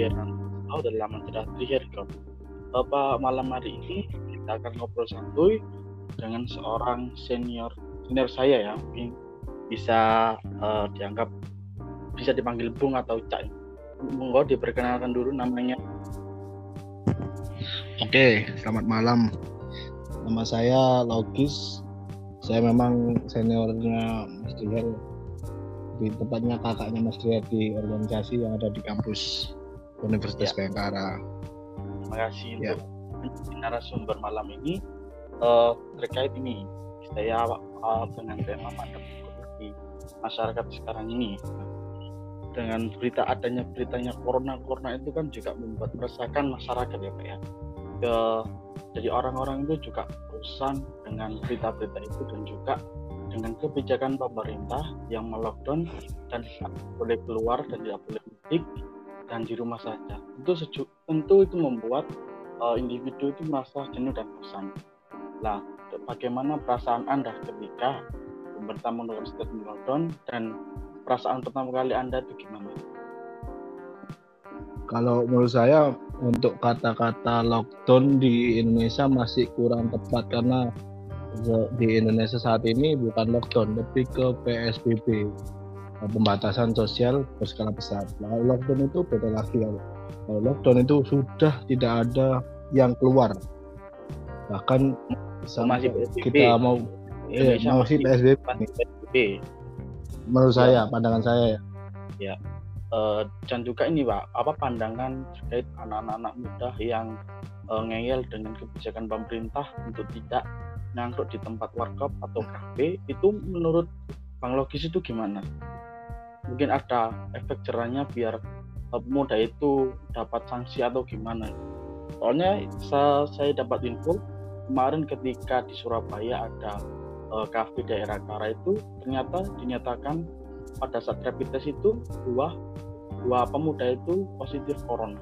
Fernando dari Laman Cerdas Trihergo. Malam hari ini kita akan ngobrol santuy dengan seorang senior saya ya, mungkin bisa dipanggil Bung atau Cak. Monggo diperkenalkan dulu namanya. Oke, selamat malam. Nama saya Logis. Saya memang seniornya Mas Diher, di tempatnya kakaknya Mas Diher di organisasi yang ada di kampus Universitas Bayangkara. Terima kasih untuk narasumber malam ini terkait ini saya dengan tema pandemi di masyarakat sekarang ini. Dengan beritanya corona itu kan juga membuat meresahkan masyarakat ya Pak ya. Jadi orang-orang itu juga bosan dengan berita-berita itu dan juga dengan kebijakan pemerintah yang melockdown dan tidak boleh keluar dan tidak boleh mudik dan di rumah saja. Tentu itu membuat individu itu merasa jenuh dan bosan. Nah, bagaimana perasaan Anda ketika pemerintah menerapkan statement lockdown dan perasaan pertama kali Anda itu gimana? Kalau menurut saya untuk kata-kata lockdown di Indonesia masih kurang tepat karena di Indonesia saat ini bukan lockdown, lebih ke PSBB, pembatasan sosial berskala besar. Nah, lockdown itu beda lagi. Kalau lockdown itu sudah tidak ada yang keluar, bahkan masih PSBB. Kita mau masih PSBB. Menurut saya, pandangan saya ya. Dan juga ini Pak, apa pandangan terkait anak-anak muda yang ngeyel dengan kebijakan pemerintah untuk tidak nangkruk di tempat warkop atau kafe, itu menurut Bang Logis itu gimana? Mungkin ada efek jerahnya biar pemuda itu dapat sanksi atau gimana? Soalnya saya dapat info kemarin ketika di Surabaya ada kafe daerah Kara itu ternyata dinyatakan pada saat rapid test itu dua pemuda itu positif corona.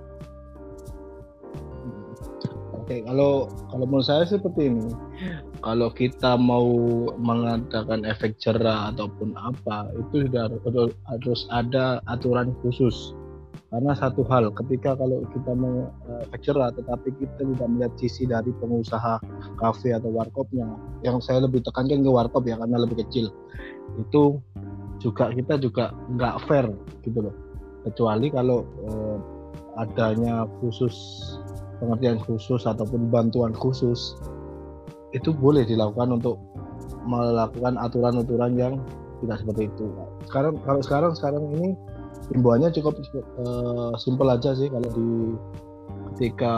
Oke, kalau menurut saya seperti ini. Kalau kita mau mengadakan efek jerah ataupun apa, itu sudah harus ada aturan khusus. Karena satu hal, ketika kalau kita mau efek jerah tetapi kita tidak melihat sisi dari pengusaha kafe atau warkopnya, yang saya lebih tekankan ke warkop ya karena lebih kecil, itu kita juga nggak fair gitu loh. Kecuali kalau adanya pengertian khusus ataupun bantuan khusus, itu boleh dilakukan untuk melakukan aturan-aturan yang tidak seperti itu. Sekarang ini himbauannya cukup simpel aja sih. Kalau ketika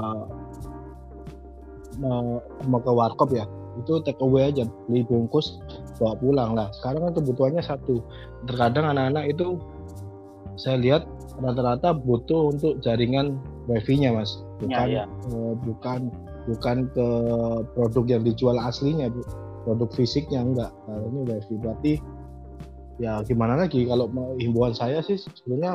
mau ke warkop ya, itu take away aja, beli bungkus bawa pulang lah. Sekarang kan kebutuhannya satu. Terkadang anak-anak itu saya lihat rata-rata butuh untuk jaringan wifi-nya Mas, bukan ke produk yang dijual aslinya, produk fisiknya enggak. Nah, ini wifi berarti ya gimana lagi. Kalau himbauan saya sih sebenarnya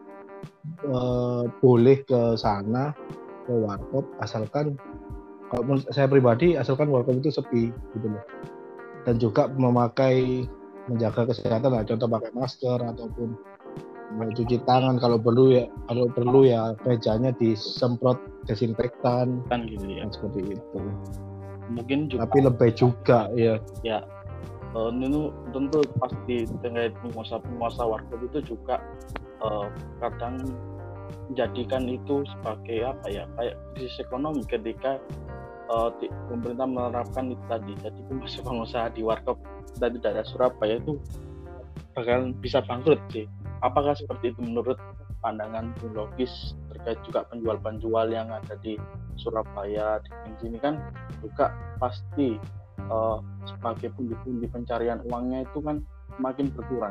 boleh ke sana, ke warkop, asalkan kalau saya pribadi asalkan warkop itu sepi gitu loh, dan juga menjaga kesehatan lah, contoh pakai masker ataupun cuci tangan kalau perlu ya mejanya disemprot desinfektan kan gitu ya, seperti itu. Mungkin juga, tapi lebih juga ya ini tentu pasti terkait penguasa warkop itu juga kadang menjadikan itu sebagai apa ya, kayak krisis ekonomi ketika pemerintah menerapkan itu tadi. Jadi pengusaha di warkop dari daerah Surabaya itu bakal bisa bangkrut sih. Apakah seperti itu menurut pandangan Bung Logis terkait juga penjual-penjual yang ada di Surabaya di sini kan juga pasti sebagai pundi-pundi pencarian uangnya itu kan semakin berkurang.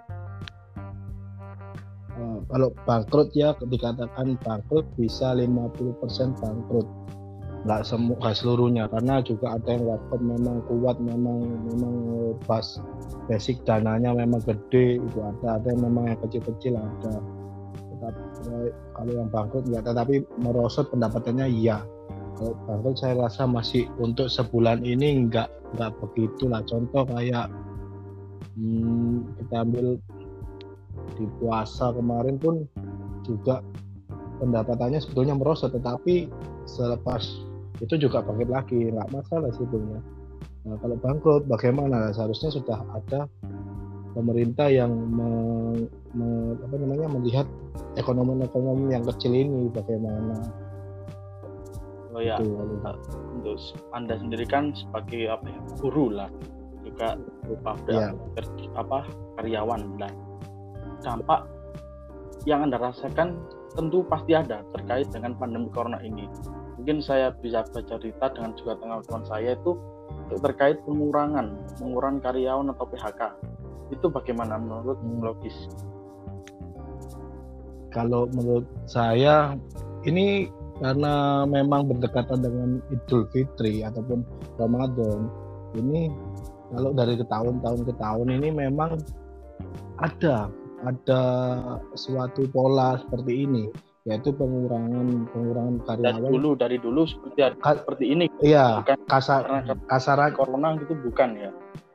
Kalau bangkrut ya, dikatakan bangkrut bisa 50% bangkrut, nggak seluruhnya, karena juga ada yang warkop memang kuat, memang basic dananya memang gede, itu ada yang memang yang kecil-kecil ada. Kalau yang bangkrut enggak, tetapi merosot pendapatannya iya. Kalau bangkrut saya rasa masih untuk sebulan ini enggak begitulah. Contoh kayak kita ambil di puasa kemarin pun juga pendapatannya sebetulnya merosot, tetapi selepas itu juga bangkit lagi, nggak masalah sebetulnya. Nah, kalau bangkrut bagaimana? Seharusnya sudah ada pemerintah yang melihat ekonomi yang kecil ini bagaimana. Oh ya, untuk Anda sendiri kan sebagai guru lah, juga pabrik karyawan lah. Dampak yang Anda rasakan tentu pasti ada terkait dengan pandemi corona ini. Mungkin saya bisa bercerita dengan juga teman-teman saya itu terkait pengurangan karyawan atau PHK. Itu bagaimana menurut logis? Kalau menurut saya ini karena memang berdekatan dengan Idul Fitri ataupun Ramadan, ini kalau dari tahun ke tahun ini memang ada suatu pola seperti ini, yaitu pengurangan karyawan. Dari dulu seperti ini. Iya, kasaran corona gitu bukan ya?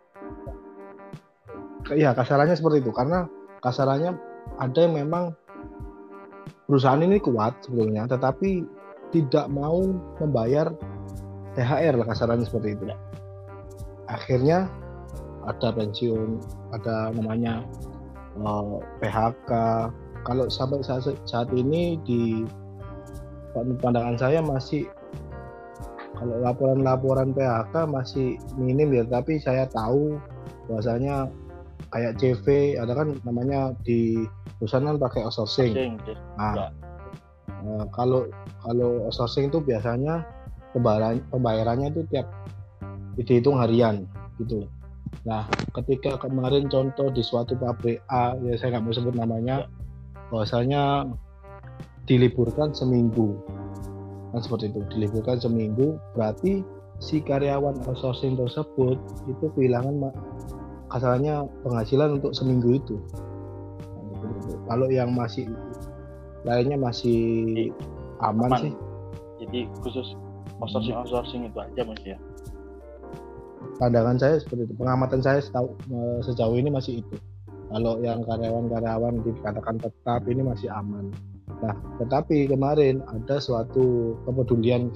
Iya, kasarannya seperti itu, karena kasarannya ada yang memang perusahaan ini kuat sebetulnya, tetapi tidak mau membayar THR lah, kasarannya seperti itu. Akhirnya ada pensiun, ada namanya PHK. Kalau sampai saat ini di pandangan saya masih, kalau laporan PHK masih minim ya, tapi saya tahu bahwasanya kayak CV ada kan namanya di perusahaan kan pakai outsourcing. Kalau outsourcing itu biasanya pembayarannya itu tiap dihitung harian gitu. Nah, ketika kemarin contoh di suatu pabrik A, ya saya nggak mau sebut namanya, bahwasanya diliburkan seminggu, kan seperti itu, diliburkan seminggu, berarti si karyawan outsourcing tersebut itu kehilangan kasarannya penghasilan untuk seminggu itu. Kalau yang masih lainnya masih aman sih. Jadi khusus outsourcing itu aja Mas ya. Pandangan saya seperti itu, pengamatan saya sejauh ini masih itu. Kalau yang karyawan dikatakan tetap ini masih aman. Nah, tetapi kemarin ada suatu kepedulian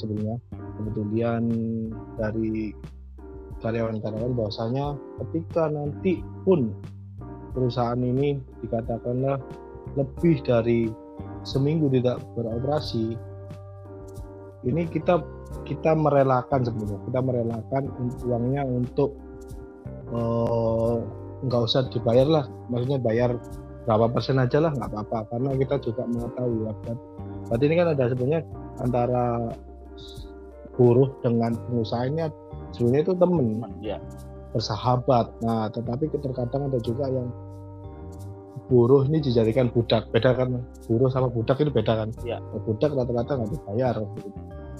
dari karyawan-karyawan bahwasanya ketika nanti pun perusahaan ini dikatakanlah lebih dari seminggu tidak beroperasi, ini kita merelakan uangnya untuk nggak usah dibayar lah, maksudnya bayar berapa persen aja lah, nggak apa-apa, karena kita juga mengetahui ya, berarti ini kan ada sebenarnya antara buruh dengan pengusaha ini sebenarnya itu teman ya, bersahabat. Nah, tetapi terkadang ada juga yang buruh ini dijadikan budak. Beda kan, buruh sama budak itu beda kan ya. Budak rata-rata nggak dibayar gitu.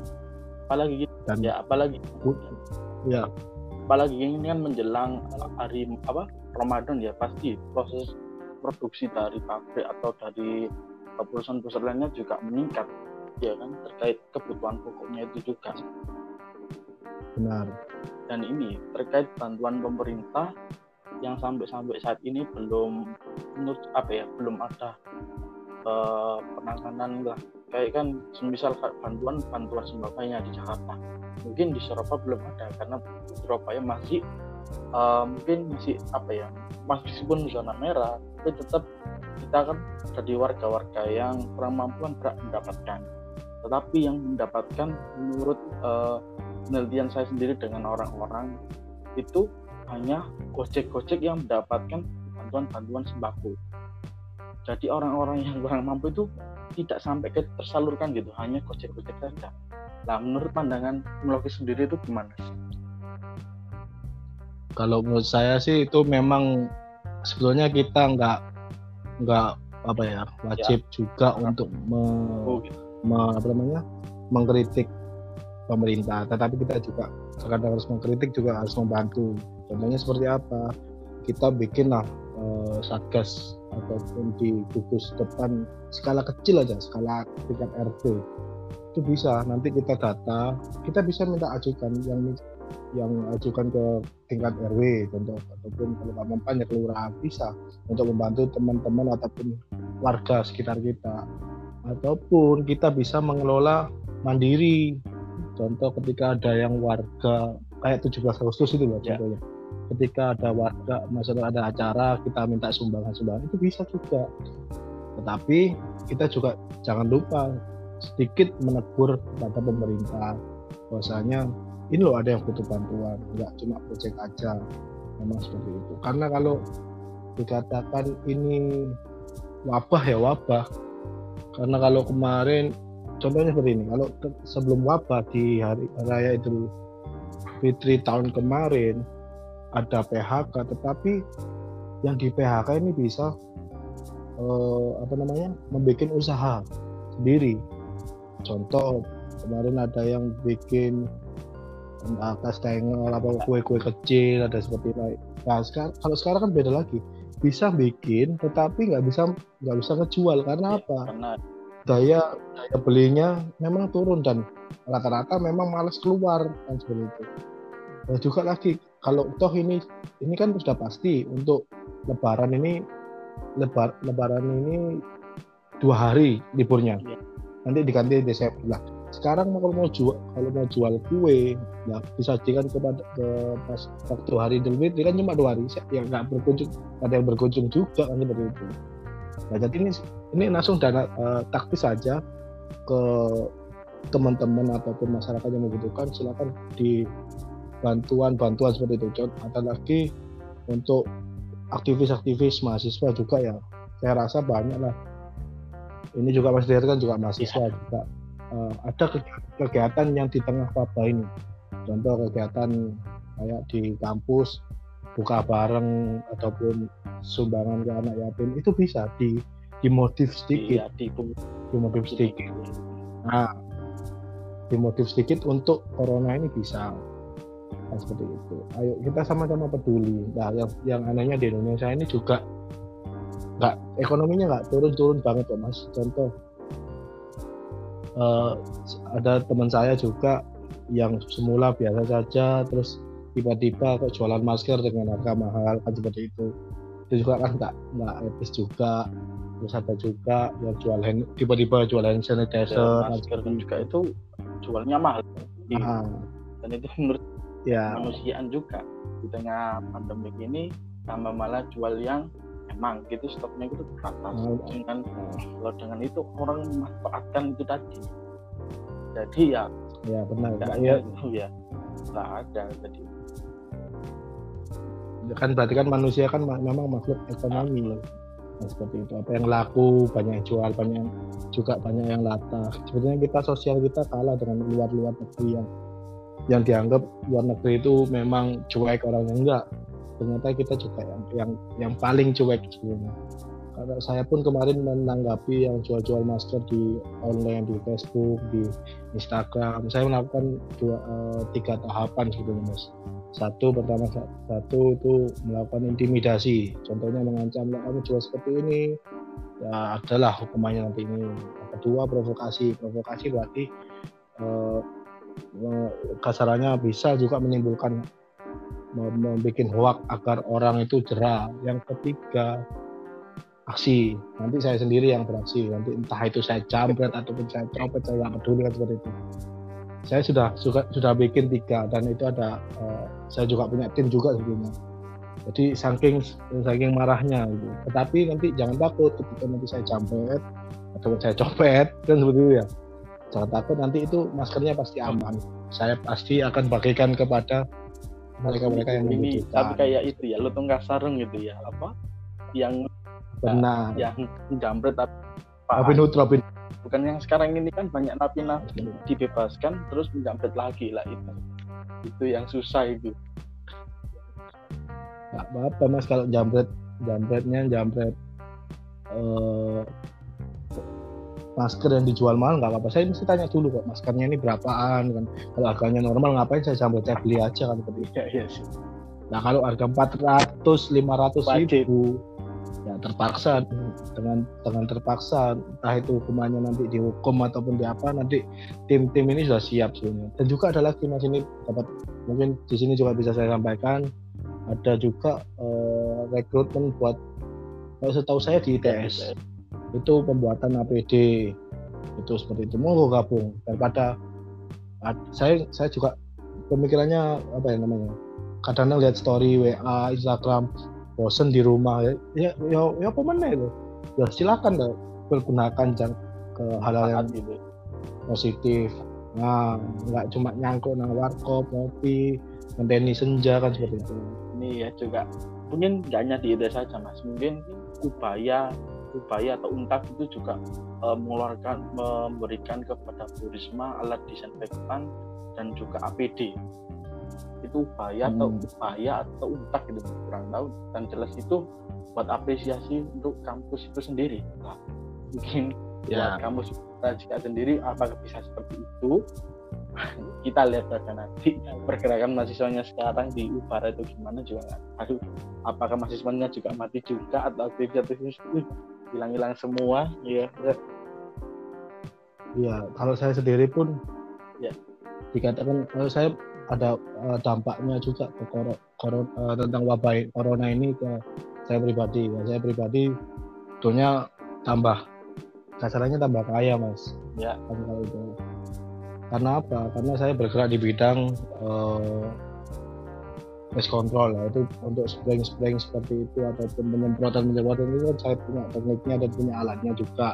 Apalagi ini kan menjelang hari Ramadan ya, pasti proses produksi dari pabrik atau dari perusahaan-perusahaan lainnya juga meningkat ya kan, terkait kebutuhan pokoknya itu juga. Benar. Dan ini terkait bantuan pemerintah yang sampai saat ini belum ada penanganan lah. Kayak kan semisal bantuan sembako-nya di Jakarta, mungkin di Surabaya belum ada, karena Surabaya masih meskipun zona merah, tapi tetap kita kan jadi warga-warga yang kurang mampu kan berhak mendapatkan. Tetapi yang mendapatkan menurut penelitian saya sendiri dengan orang-orang itu hanya Gojek yang mendapatkan bantuan sembako. Jadi orang-orang yang kurang mampu itu tidak sampai tersalurkan gitu, hanya Gojek saja. Nah, menurut pandangan logis sendiri itu gimana? Kalau menurut saya sih itu memang sebetulnya kita nggak wajib juga untuk mengkritik pemerintah, tetapi kita juga sekadar harus mengkritik, juga harus membantu. Contohnya seperti apa? Kita bikinlah satgas ataupun di gugus depan skala kecil aja, skala tingkat RT itu bisa. Nanti kita data, kita bisa minta ajukan yang ajukan ke tingkat RW contoh, ataupun kalau nggak mempan ya kelurahan, bisa untuk membantu teman-teman ataupun warga sekitar kita. ataupun kita bisa mengelola mandiri. Contoh ketika ada yang warga kayak 17 Agustus itu loh contohnya. Ketika ada warga, misalnya ada acara, kita minta sumbangan itu bisa juga. Tetapi kita juga jangan lupa sedikit menegur kepada pemerintah bahwasanya ini loh ada yang butuh bantuan, nggak cuma proyek aja, memang seperti itu. Karena kalau dikatakan ini wabah ya wabah, karena kalau kemarin contohnya seperti ini, kalau sebelum wabah di hari raya Idul Fitri tahun kemarin ada PHK, tetapi yang di PHK ini bisa membuat usaha sendiri. Contoh kemarin ada yang bikin kastengel apa kue-kue kecil, ada seperti itu. Nah kalau sekarang kan beda lagi, bisa bikin tetapi nggak bisa ngejual karena apa? Karena daya belinya memang turun dan rata-rata memang malas keluar kan seperti itu. Dan juga lagi kalau toh ini kan sudah pasti untuk Lebaran ini 2 hari liburnya, nanti diganti Desember lah. Sekarang kalau mau jual kue, ya disajikan pas waktu hari Idul Fitri kan cuma 2 hari, ya nggak berkunjung, ada yang berkunjung juga kan seperti itu. Nah jadi ini langsung taktis saja ke teman-teman ataupun masyarakat yang membutuhkan, silakan di bantuan seperti itu. Ada lagi untuk aktivis mahasiswa juga ya, saya rasa banyak lah. Ini juga Mas Deher kan juga mahasiswa juga. Ada kegiatan yang di tengah wabah ini. Contoh kegiatan kayak di kampus buka bareng ataupun sumbangan ke anak yatim, itu bisa dimodif sedikit. Dimodif sedikit. Nah, dimodif sedikit untuk corona ini bisa. Nah, seperti itu. Ayo kita sama-sama peduli. Nah, yang anehnya di Indonesia ini juga ekonominya nggak turun banget kok Mas. Contoh ada teman saya juga yang semula biasa saja, terus tiba-tiba kok jualan masker dengan harga mahal kan seperti itu. Itu juga kan nggak etis juga. Terus ada juga yang tiba-tiba jual hand sanitizer, masker dan juga itu jualnya mahal. Dan itu menurut kemanusiaan juga di tengah pandemi ini, tambah malah jual yang emang gitu stoknya itu terbatas. Kalau dengan itu orang memanfaatkan itu tadi. Jadi ya benar. Nggak ada. Jadi kan berarti kan manusia kan memang makhluk ekonomi. Nah, seperti itu. Apa yang laku banyak yang jual, banyak yang latah. Sebetulnya sosial kita kalah dengan luar negeri yang dianggap luar negeri itu memang cuek orangnya, enggak. Ternyata kita juga yang paling cuek sebenarnya. Karena saya pun kemarin menanggapi yang jual masker di online, di Facebook, di Instagram, saya melakukan 3 tahapan sebetulnya Mas. Pertama itu melakukan intimidasi, contohnya mengancam, kamu jual seperti ini ya adalah hukumannya nanti ini. Yang kedua provokasi berarti kasarannya bisa juga menimbulkan membuat hoak agar orang itu jera. Yang ketiga aksi, nanti saya sendiri yang beraksi, nanti entah itu saya jambret ataupun saya copet, saya nggak peduli kan seperti itu. Saya sudah bikin 3 dan itu ada saya juga punya tim juga sebelumnya. Jadi saking marahnya gitu. Tetapi nanti jangan takut ketika nanti saya jambret ataupun saya copet kan seperti itu ya. Jangan takut, nanti itu maskernya pasti aman. Saya pasti akan bagikan kepada mereka yang membutuhkan. Tapi kayak itu ya, lutung kasarung gitu ya, apa? Yang benar. Yang jambret Robin Hood. Bukan yang sekarang ini kan banyak napi dibebaskan terus menjambret lagi lah itu. Itu yang susah itu. Nggak apa-apa Mas kalau jambretnya masker yang dijual mahal nggak apa-apa. Saya mesti tanya dulu kok maskernya ini berapaan kan. Kalau harganya normal ngapain saya jambret, saya beli aja kan seperti itu. Iya sih. Nah kalau harga 400-500 ribu ya terpaksa, dengan terpaksa, entah itu hukumannya nanti dihukum ataupun di apa, nanti tim ini sudah siap sebenarnya. Dan juga ada lagi Mas, ini mungkin di sini juga bisa saya sampaikan, ada juga rekrutmen buat, kalau setahu saya di ITS itu pembuatan APD itu seperti itu. Mau gabung daripada saya juga pemikirannya apa ya namanya, kadang lihat story WA Instagram bosen di rumah ya apa mana itu ya silakan lah pergunakan ke hal-hal yang gitu. Positif. Nah, nggak cuma nyangkut nang warkop, ngopi, ngenteni senja kan seperti itu. Ini ya juga mungkin nggak hanya di ide saja Mas, mungkin Ubaya atau UNTAD itu juga memberikan kepada Bu Risma alat disinfektan dan juga APD. Itu Ubaya atau UNTAD gitu, kurang tahu, dan jelas itu buat apresiasi untuk kampus itu sendiri. Nah, mungkin buat kampus jika sendiri apakah bisa seperti itu, kita lihat saja nanti pergerakan mahasiswanya sekarang di Ubara itu gimana juga nggak tahu. Apakah mahasiswanya juga mati juga atau aktivitas hilang semua ya. Kalau saya sendiri pun ya dikatakan kalau saya ada dampaknya juga ke tentang wabah corona ini ke saya pribadi. Saya pribadi tentunya kasarannya tambah kaya Mas. Ya. Kalau itu. Karena apa? Karena saya bergerak di bidang pest control ya, itu untuk spraying seperti itu ataupun penyemprotan itu kan saya punya tekniknya dan punya alatnya juga.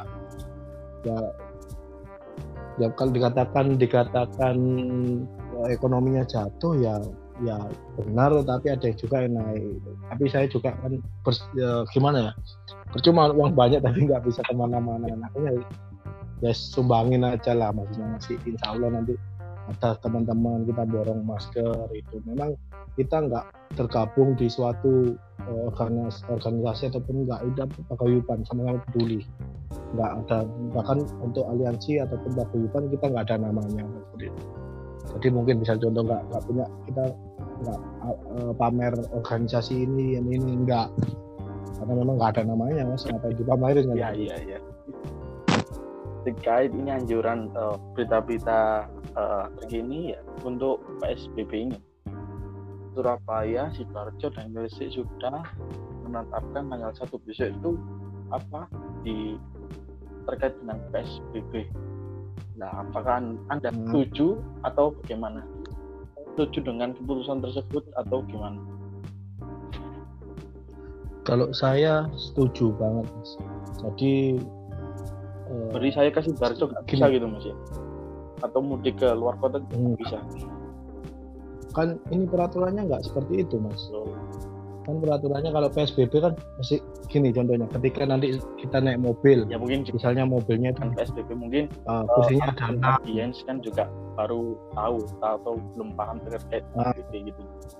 Ya kalau dikatakan ekonominya jatuh ya benar, tapi ada juga yang naik. Tapi saya juga kan gimana ya? Percuma uang banyak tapi nggak bisa kemana-mana. Makanya ya sumbangin aja lah, maksudnya masih insya Allah nanti ada teman-teman kita borong masker itu. Memang kita nggak tergabung di suatu organisasi ataupun nggak ada paguyuban, sama-sama peduli. Nggak ada, bahkan untuk aliansi ataupun paguyuban kita nggak ada namanya. Jadi mungkin bisa contoh nggak punya, kita nggak pamer organisasi ini nggak, karena memang nggak ada namanya Mas, ngapain dipamerin kan? Iya. Terkait ini anjuran berita-berita terkini ya untuk PSBB ini, Surabaya, Sidoarjo dan Gresik sudah menetapkan tanggal 1 besok itu terkait dengan PSBB. Nah, apakah Anda setuju atau bagaimana? Setuju dengan keputusan tersebut atau gimana? Kalau saya setuju banget Mas. Jadi beri saya kasih Sidoarjo nggak bisa gitu Mas ya? Atau mudik ke luar kota nggak bisa? Kan ini peraturannya nggak seperti itu Mas. Kan peraturannya kalau PSBB kan masih gini, contohnya ketika nanti kita naik mobil ya, mungkin misalnya mobilnya itu kan PSBB mungkin kursinya ada audiens kan juga baru tahu atau belum paham terkait PSBB gitu.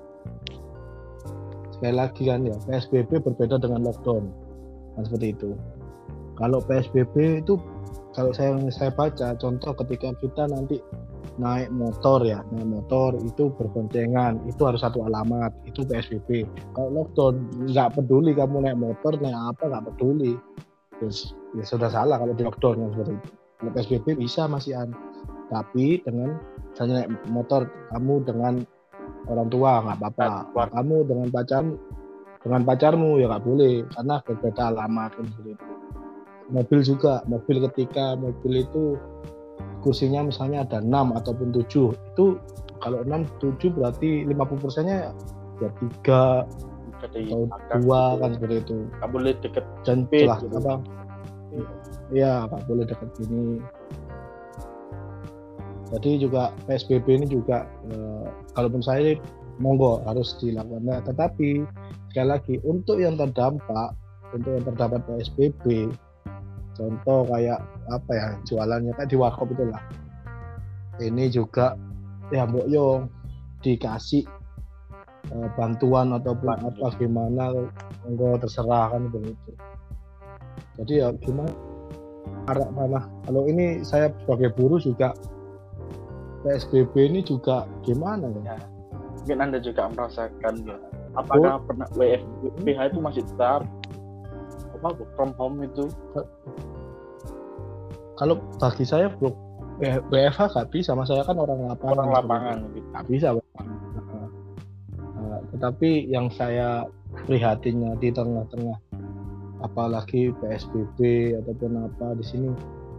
Sekali lagi kan ya, PSBB berbeda dengan lockdown kan seperti itu. Kalau PSBB itu kalau saya baca contoh ketika kita nanti naik motor itu berboncengan, itu harus satu alamat, itu PSBB. Kalau lockdown nggak peduli kamu naik motor naik apa, nggak peduli, ya sudah salah kalau di lockdown yang seperti itu. Kalau PSBB bisa masih tapi dengan misalnya naik motor kamu dengan orang tua nggak apa-apa, kamu dengan pacarmu ya nggak boleh karena berbeda alamat kan seperti itu. Mobil juga, ketika mobil itu kursinya misalnya ada 6 ataupun 7, itu kalau 6, 7 berarti 50%-nya ya 3 atau 2 kan seperti itu. Nggak boleh deket dan celah gitu. Ya nggak boleh deket gini. Jadi juga PSBB ini juga kalau menurut saya monggo harus dilakukan. Nah, tetapi sekali lagi untuk yang terdampak PSBB, contoh kayak jualannya kayak di warkop itulah, ini juga ya mbok yo dikasih bantuan ataupun apa gimana, enggak terserah kan begitu. Jadi ya gimana arah mana, kalau ini saya sebagai buruh juga PSBB ini juga gimana ya? Mungkin Anda juga merasakan ya. Apakah pernah WFH itu masih tetap work from home itu? Kalau bagi saya WFH nggak bisa, sama saya kan orang lapangan gitu. Nggak bisa. Tetapi yang saya prihatinnya di tengah-tengah apalagi PSBB ataupun apa di sini,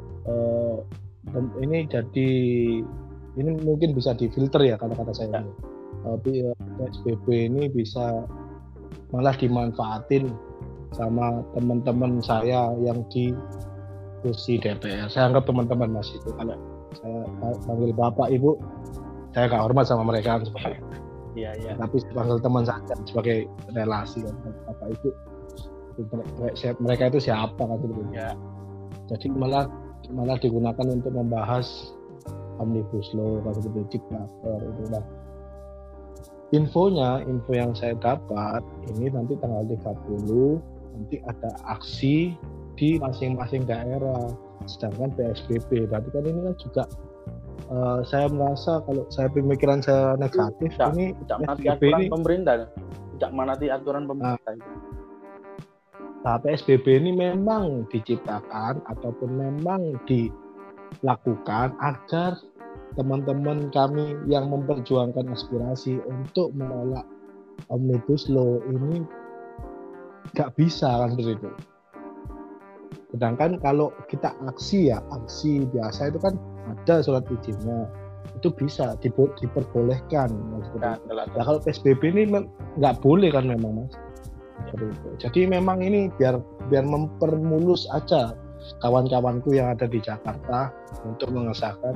ini jadi ini mungkin bisa difilter ya kata-kata saya. Tapi PSBB ini bisa malah dimanfaatin sama teman-teman saya yang di kursi DPR. Saya anggap teman-teman Mas itu, kalau saya panggil bapak ibu, saya gak hormat sama mereka seperti itu. Iya. Tapi panggil teman saja sebagai relasi kan, bapak ibu. Mereka itu siapa kan sebetulnya. Ya. Jadi malah digunakan untuk membahas Omnibus Law, kan sebetulnya Ciptaker itu lah. Info yang saya dapat ini nanti tanggal 30 nanti ada aksi di masing-masing daerah, sedangkan PSBB berarti kan ini kan juga saya merasa, kalau saya pemikiran saya negatif, ini tidak menati aturan pemerintah, tidak menati aturan pemerintah. Nah, PSBB ini memang diciptakan ataupun memang dilakukan agar teman-teman kami yang memperjuangkan aspirasi untuk menolak Omnibus Law ini nggak bisa kan seperti itu. Sedangkan kalau kita aksi biasa itu kan ada surat izinnya, itu bisa diperbolehkan. Nah, kalau PSBB ini nggak boleh kan memang Mas. Seperti itu. Jadi memang ini biar mempermulus aja kawan-kawanku yang ada di Jakarta untuk mengesahkan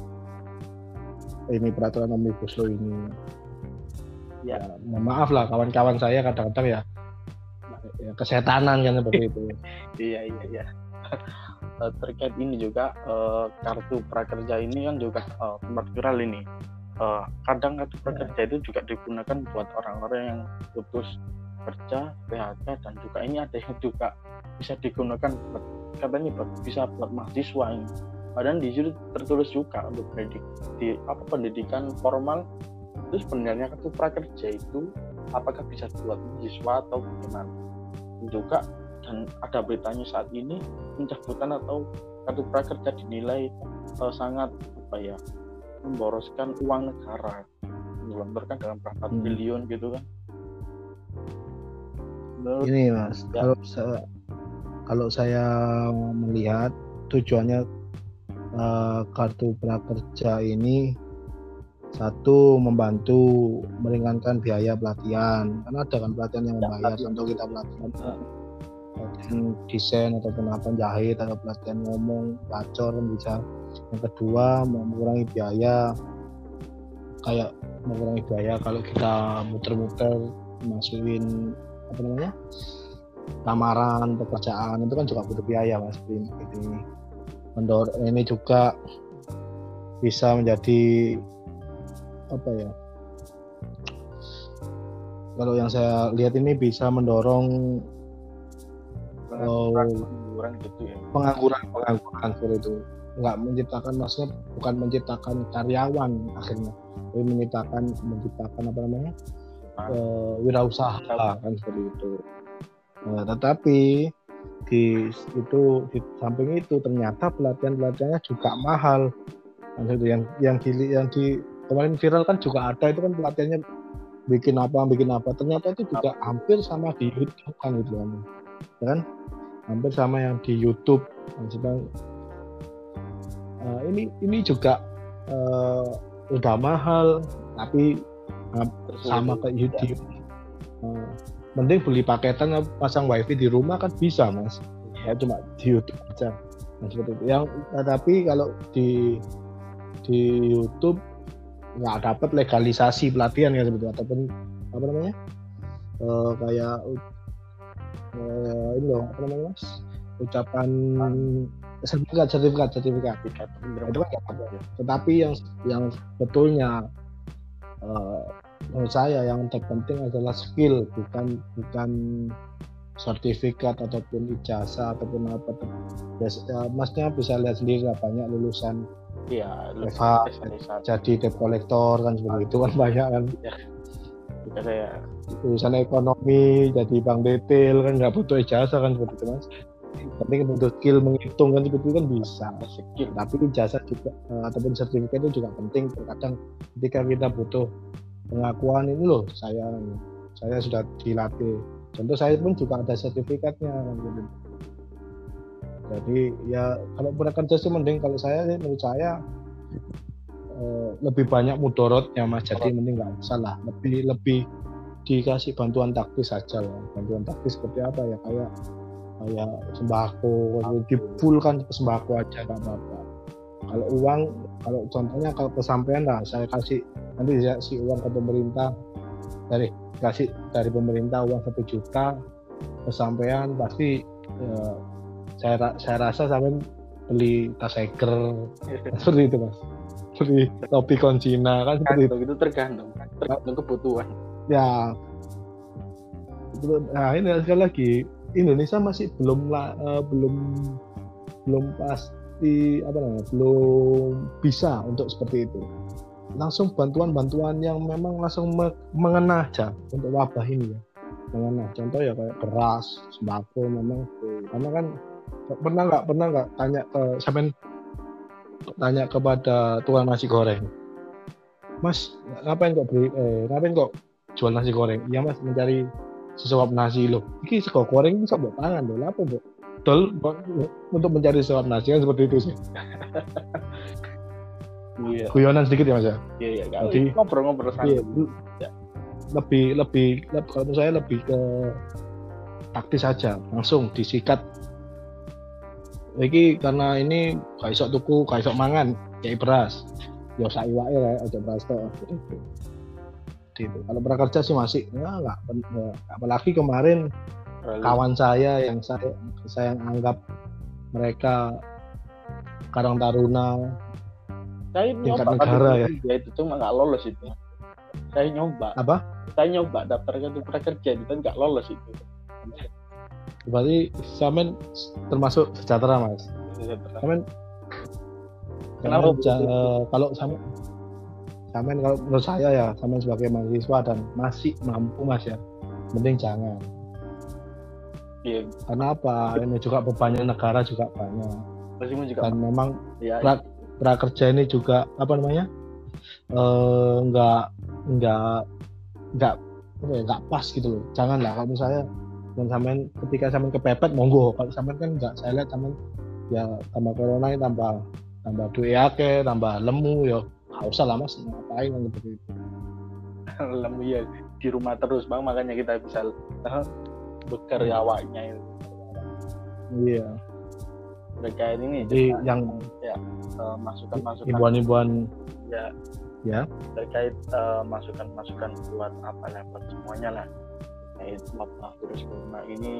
ini peraturan Omnibus Law ini. Ya, maaf lah kawan-kawan saya kadang-kadang ya kesetanan kan seperti itu. Iya. Terkait ini juga kartu prakerja ini kan juga sempat viral ini. Kadang kartu prakerja itu juga digunakan buat orang-orang yang putus kerja, PHK, dan juga ini ada yang juga bisa digunakan katanya bisa buat mahasiswa ini. Padahal di situ tertulis juga untuk pendidikan formal itu sebenarnya kartu prakerja itu apakah bisa buat mahasiswa atau bagaimana juga. Dan ada beritanya saat ini pencabutan atau kartu prakerja dinilai sangat memboroskan uang negara, menggelontorkan dalam berapa triliun gitu kan. Ini Mas, kalau saya melihat tujuannya kartu prakerja ini, satu, membantu meringankan biaya pelatihan, karena ada kan pelatihan yang membayar, contoh kita pelatihan desain ataupun apa, jahit atau pelatihan ngomong, bacor bisa. Yang kedua, mengurangi biaya kalau kita muter-muter masukin lamaran pekerjaan, itu kan juga butuh biaya Mas. Ini juga bisa menjadi kalau yang saya lihat ini bisa mendorong pengangguran seperti itu. Nggak menciptakan, maksudnya bukan menciptakan karyawan akhirnya, tapi menciptakan wirausaha kan seperti itu. Nah, tetapi di samping itu ternyata pelatihannya juga mahal. Yang di kemarin viral kan juga ada, itu kan pelatihannya bikin apa, ternyata itu juga hampir sama di YouTube kan gitu kan, hampir sama yang di YouTube. Ini juga udah mahal, tapi sama ke YouTube. Mending beli paketan, pasang wifi di rumah kan bisa Mas, ya cuma di YouTube aja. Nah, seperti itu. Tapi kalau di YouTube nggak dapat legalisasi pelatihan ya sebetulnya, ataupun kayak ini loh Mas, ucapan sertifikat itu kan ya. Tetapi yang betulnya menurut saya yang terpenting adalah skill, bukan sertifikat ataupun ijazah ataupun apa. Masnya bisa lihat sendiri lah, banyak lulusan EVA jadi debt collector kan seperti itu kan, banyak kan. Lulusan ekonomi jadi bank detail kan, nggak butuh ijazah kan seperti itu Mas. Tapi butuh skill menghitung kan seperti itu kan bisa. Tapi ijazah juga ataupun sertifikat itu juga penting. Terkadang ketika kita butuh pengakuan, ini loh saya sudah dilatih Contoh saya pun juga ada sertifikatnya gitu. Jadi ya kalau prakerja sih mending, kalau saya sih menurut saya lebih banyak mudorotnya Mas. Jadi mending nggak usah lah, lebih dikasih bantuan taktis saja lah. Bantuan taktis seperti apa ya, kayak sembako, di full kan sembako aja nggak apa-apa. Kalau uang, kalau contohnya kalau kesampaian lah, saya kasih nanti saya kasih uang ke pemerintah, kasih dari pemerintah uang 1 juta kesampaian, pasti saya rasa sampai beli tas hiker seperti itu Mas, beli topi konsina kan seperti itu. Itu tergantung kebutuhan ya. Nah ini sekali lagi Indonesia masih belum pasti belum bisa untuk seperti itu, langsung bantuan yang memang langsung mengena aja untuk wabah ini ya, mengena. Contoh ya kayak beras, sembako memang, karena kan pernah nggak tanya kepada tukang nasi goreng, Mas ngapain kok jual nasi goreng? Iya Mas, mencari sesuap nasi loh. Ini sego goreng bisa buat pangan loh, apa bu? Untuk mencari sesuap nasi kan seperti itu sih. Iya. Guyonan sedikit ya Mas ya. Iya. Jadi ngobrol santai. Iya. Lebih kalau saya lebih ke taktis saja, langsung disikat. Iki karena ini gak iso tuku, gak iso mangan, kayak beras. Ya sak iwake lah, aja beras tok. Gitu. Kalau prakerja sih masih enggak, apalagi kemarin kawan saya yang saya anggap mereka Karang Taruna tingkat negara ya. Itu cuma nggak lolos itu. Saya nyoba. Apa? Saya nyoba daftar kartu prakerja itu kan nggak lolos itu. Berarti Samen termasuk sejahtera Mas. Samen kenapa? Kalau Samen kalau menurut saya ya, Samen sebagai mahasiswa dan masih mampu Mas ya, mending jangan. Iya. Karena apa? Ini juga bebannya negara juga banyak. Juga dan memang ya, prakerja ini juga nggak pas gitu loh. Janganlah kalau misalnya Samen ketika Samen kepepet monggo, kalau Samen kan nggak, saya lihat Samen ya tambah corona ini tambah duit akeh, tambah lemu ya nggak usah lah Mas, ngapain kan seperti itu. Lemu ya di rumah terus Bang, makanya kita bisa bekerja awaknya itu. Iya. Terkait ini jadi yang ya masukan imbauan ya terkait masukan buat buat semuanya lah. Wabah virus corona ini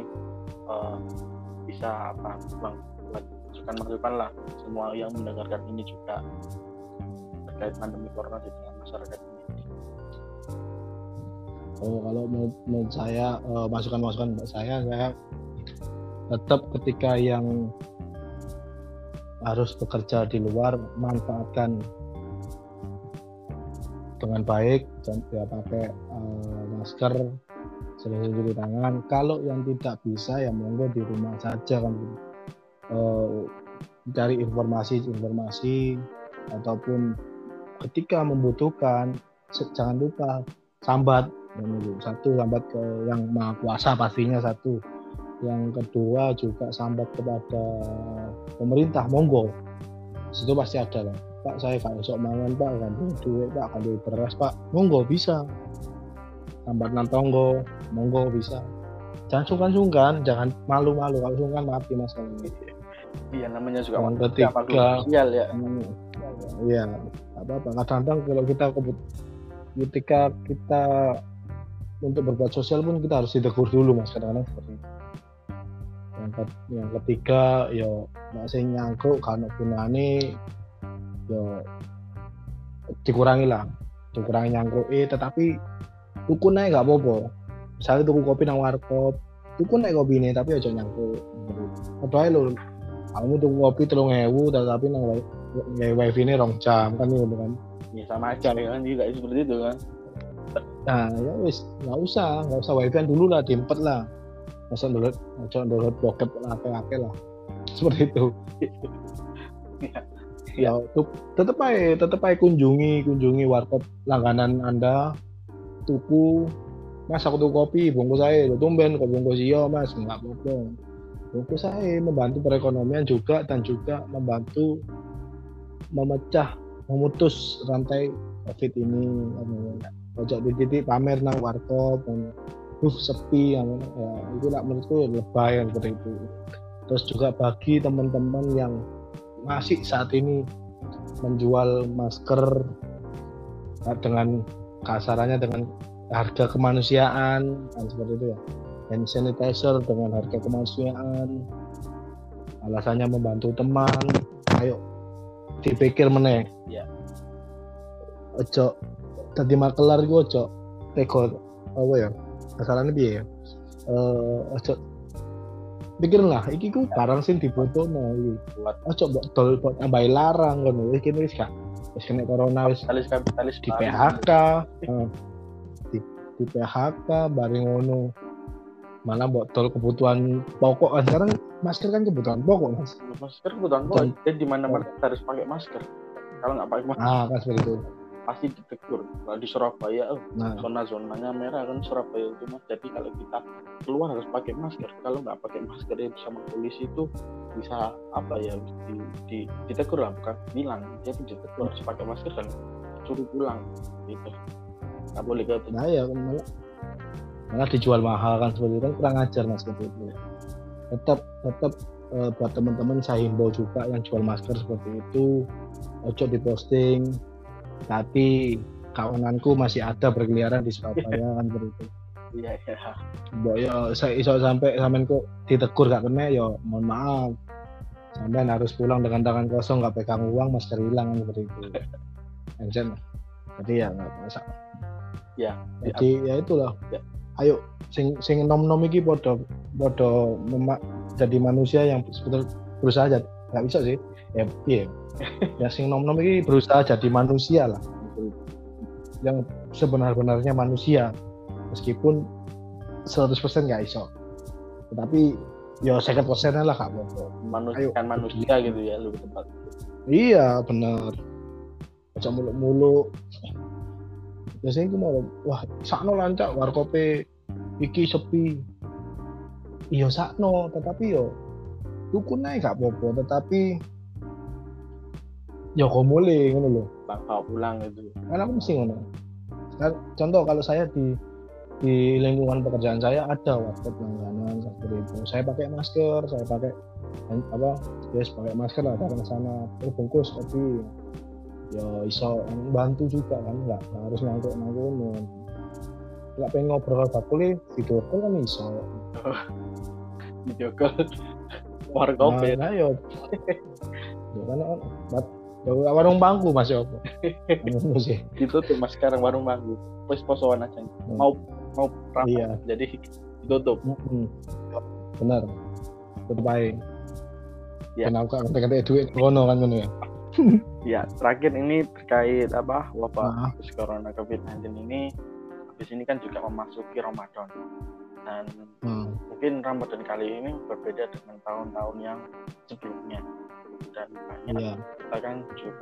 bisa Bang, buat masukan lah semua yang mendengarkan ini juga terkait pandemi corona di tengah masyarakat ini. Kalau menurut saya masukan buat saya tetap ketika yang harus bekerja di luar, manfaatkan dengan baik, ya pakai masker, sering cuci tangan. Kalau yang tidak bisa ya monggo di rumah saja kan, cari informasi ataupun ketika membutuhkan jangan lupa sambat. Satu, sambat ke yang maha kuasa pastinya satu. Yang kedua juga sambat kepada pemerintah, monggo. Situ pasti ada lah. Pak, saya gak esok mangan Pak, kan duit Pak, kan duit beras Pak, monggo bisa. Sambat nang tonggo, monggo bisa. Jangan sungkan-sungkan, jangan malu-malu. Kalau sungkan mati Mas. Iya, namanya juga yang ketiga sosial ya. Iya, apa-apa. Kadang-kadang kalau ketika kita untuk berbuat sosial pun kita harus ditegur dulu Mas, kadang-kadang seperti itu. Yang ketiga yo masih nyangkuk karena gunane yo dikurangi nyangkruk tetapi tuku naik nggak apa-apa. Misalnya tuku kopi nang warkop, tuku naik kopi ini tapi aja nyangkruk. Padahal lo kamu tuku kopi 3.000 tapi nang wifi ini 2 jam kan gitu kan. Ya sama aja kan juga seperti itu kan. Nah ya wis nggak usah wifi dulu lah, diempet lah. Masa download bokep akeh lah seperti itu. Ya tetap aja kunjungi warkop langganan Anda, tuku Mas aku tuh kopi bungkus saya, tumben kok bungkus iya mas, nggak apa-apa. Bungkus saya membantu perekonomian juga dan juga membantu memutus rantai COVID ini. Ojo titik pamer nang warkop, sepi yang ya, itu lah menurutku lebay yang seperti itu. Terus juga bagi teman-teman yang masih saat ini menjual masker dengan kasarannya dengan harga kemanusiaan kan seperti itu ya, hand sanitizer dengan harga kemanusiaan, alasannya membantu teman, ayo dipikir meneh ya. Ojo tadi makelar gue ojo teko apa ya kasarannya piye ya, ojo pikirlah iki ku barang sing dibutuhno iki ojo mbok dol tambahi larang ngono iki wis gak wis kena corona wis kapitalis di PHK di PHK bareng ngono malah botol kebutuhan pokok kan sekarang masker kan kebutuhan pokok mas. Masker kebutuhan pokok jadi di mana-mana harus pakai masker, kalau nggak pakai masker kan seperti itu pasti ditegur. Kalau di Surabaya zona-zonanya merah kan Surabaya itu mas, jadi kalau kita keluar harus pakai masker, kalau nggak pakai masker itu sama polisi itu bisa apa ya ditegur lah, bukan bilang jadi ditegur harus pakai masker dan suruh pulang gitu. Nggak boleh gitu. Nah ya malah dijual mahal kan seperti itu kan kurang ajar mas seperti itu. Tetap buat teman-teman saya himbau juga yang jual masker seperti itu ojo diposting, tapi kawananku masih ada berkeliaran di Surabaya kan seperti itu. Iya. Mbok ya saya iso sampai sampean kok ditegur gak kena ya mohon maaf. Sampean harus pulang dengan tangan kosong gak pegang uang, masker hilang kan seperti itu. Jadi ya nggak masalah. Ya. Jadi ya itulah. Ya. Ayo sing nom-nom iki podo jadi manusia yang sebetulnya berusaha jadi nggak bisa sih. Ya sing nom-nom iki berusaha jadi manusia lah. Yang sebenar-benarnya manusia. Meskipun 100% nggak iso. Tetapi ya 50% lah kak. Manusia gitu ya lebih tepat. Iya benar. Baca muluk-muluk. Biasanya itu mau wah sakno lancak warkope iki sepi. Iya sakno, tetapi yo dukun ae gak apa-apa, tetapi yo kok mulai ngono lho. Bawa pulang gitu. Kan aku mesti ngono. Contoh kalau saya di lingkungan pekerjaan saya ada warkop langganan seperti itu. Saya pakai masker, saya pakai pakai masker lah datang ke sana, bungkus kopi. Ya iso bantu juga kan, nggak harus ngangkut nggak pengen ngobrol bakul video call kan iso video call warkop ya ya kan warung bangku mas ya apa sih itu tuh mas sekarang warung bangku wis posoan aja mau rapat iya. Jadi ditutup benar baik ya. Kenapa kata duit kono kan ya. Ya, terakhir ini terkait wabah virus corona COVID-19 ini. Habis ini kan juga memasuki Ramadan. Dan mungkin Ramadan kali ini berbeda dengan tahun-tahun yang sebelumnya. Dan banyak kita kan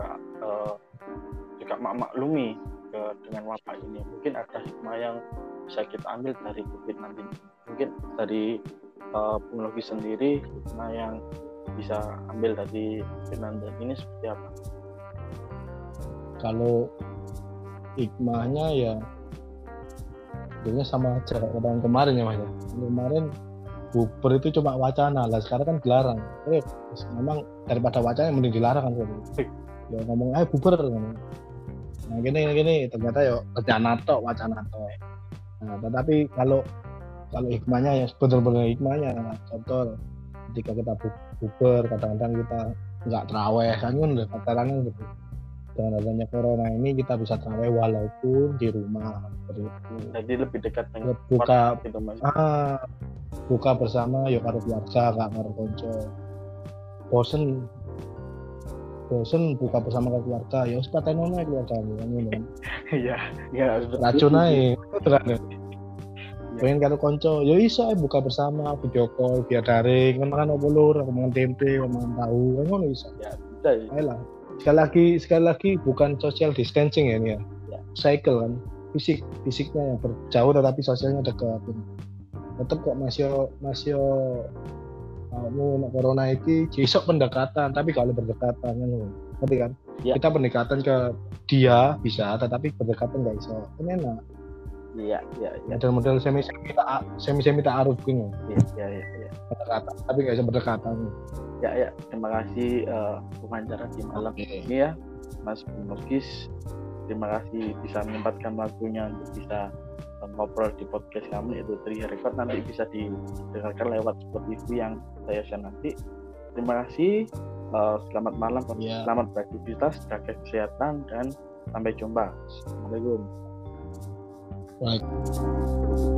juga maklumi dengan wabah ini. Mungkin ada hikmah yang bisa kita ambil dari COVID-19. Mungkin dari Bung Logi sendiri, hikmah yang bisa ambil dari COVID-19 ini seperti apa? Kalau hikmahnya ya sebenarnya sama aja kayak tahun kemarin ya mas ya. Kemarin buber itu cuma wacana lah, sekarang kan dilarang. Memang daripada wacana mending dilarang kan. Ya ngomong buber ngomong. Nah gini ternyata ya kerjaan tok wacana tok. Nah tetapi kalau hikmahnya ya benar-benar hikmahnya, contoh ketika kita buber kadang-kadang kita nggak terawih kan kadang-kadang gitu. Dengan adanya corona ini kita bisa terawih walaupun di rumah seperti itu. Jadi lebih dekat dengan buka bersama ya karo keluarga gak karo konco. Bosen buka bersama keluarga ya wis patenono keluarga kan ngono. Iya, racun ae. Pengen karo konco, ya iso buka bersama video call biar daring, kan makan opo lur, makan tempe, makan tahu, kan ngono iso. Ya, bisa ya. Ayolah. Sekali lagi bukan social distancing ya ini ya. Cycle kan. fisiknya yang berjauh tetapi sosialnya dekat. Tetap kok masih corona itu besok pendekatan, tapi kalau berdekatan kan, ngerti kan? Ya. Kita pendekatan ke dia bisa, tetapi berdekatan nggak bisa. Kan enak. Iya. Model-model semi ta'aruf gitu. Iya. Berdekatan, tapi nggak bisa berdekatan. Ya. Terima kasih wawancara di malam ini ya, Mas Nurkis. Terima kasih bisa menyempatkan waktunya untuk bisa ngobrol di podcast kami, yaitu Tri Record. Nanti bisa didengarkan lewat Spotify yang saya share nanti. Terima kasih, selamat malam, selamat beraktivitas, jaga kesehatan, dan sampai jumpa. Assalamualaikum. Baik.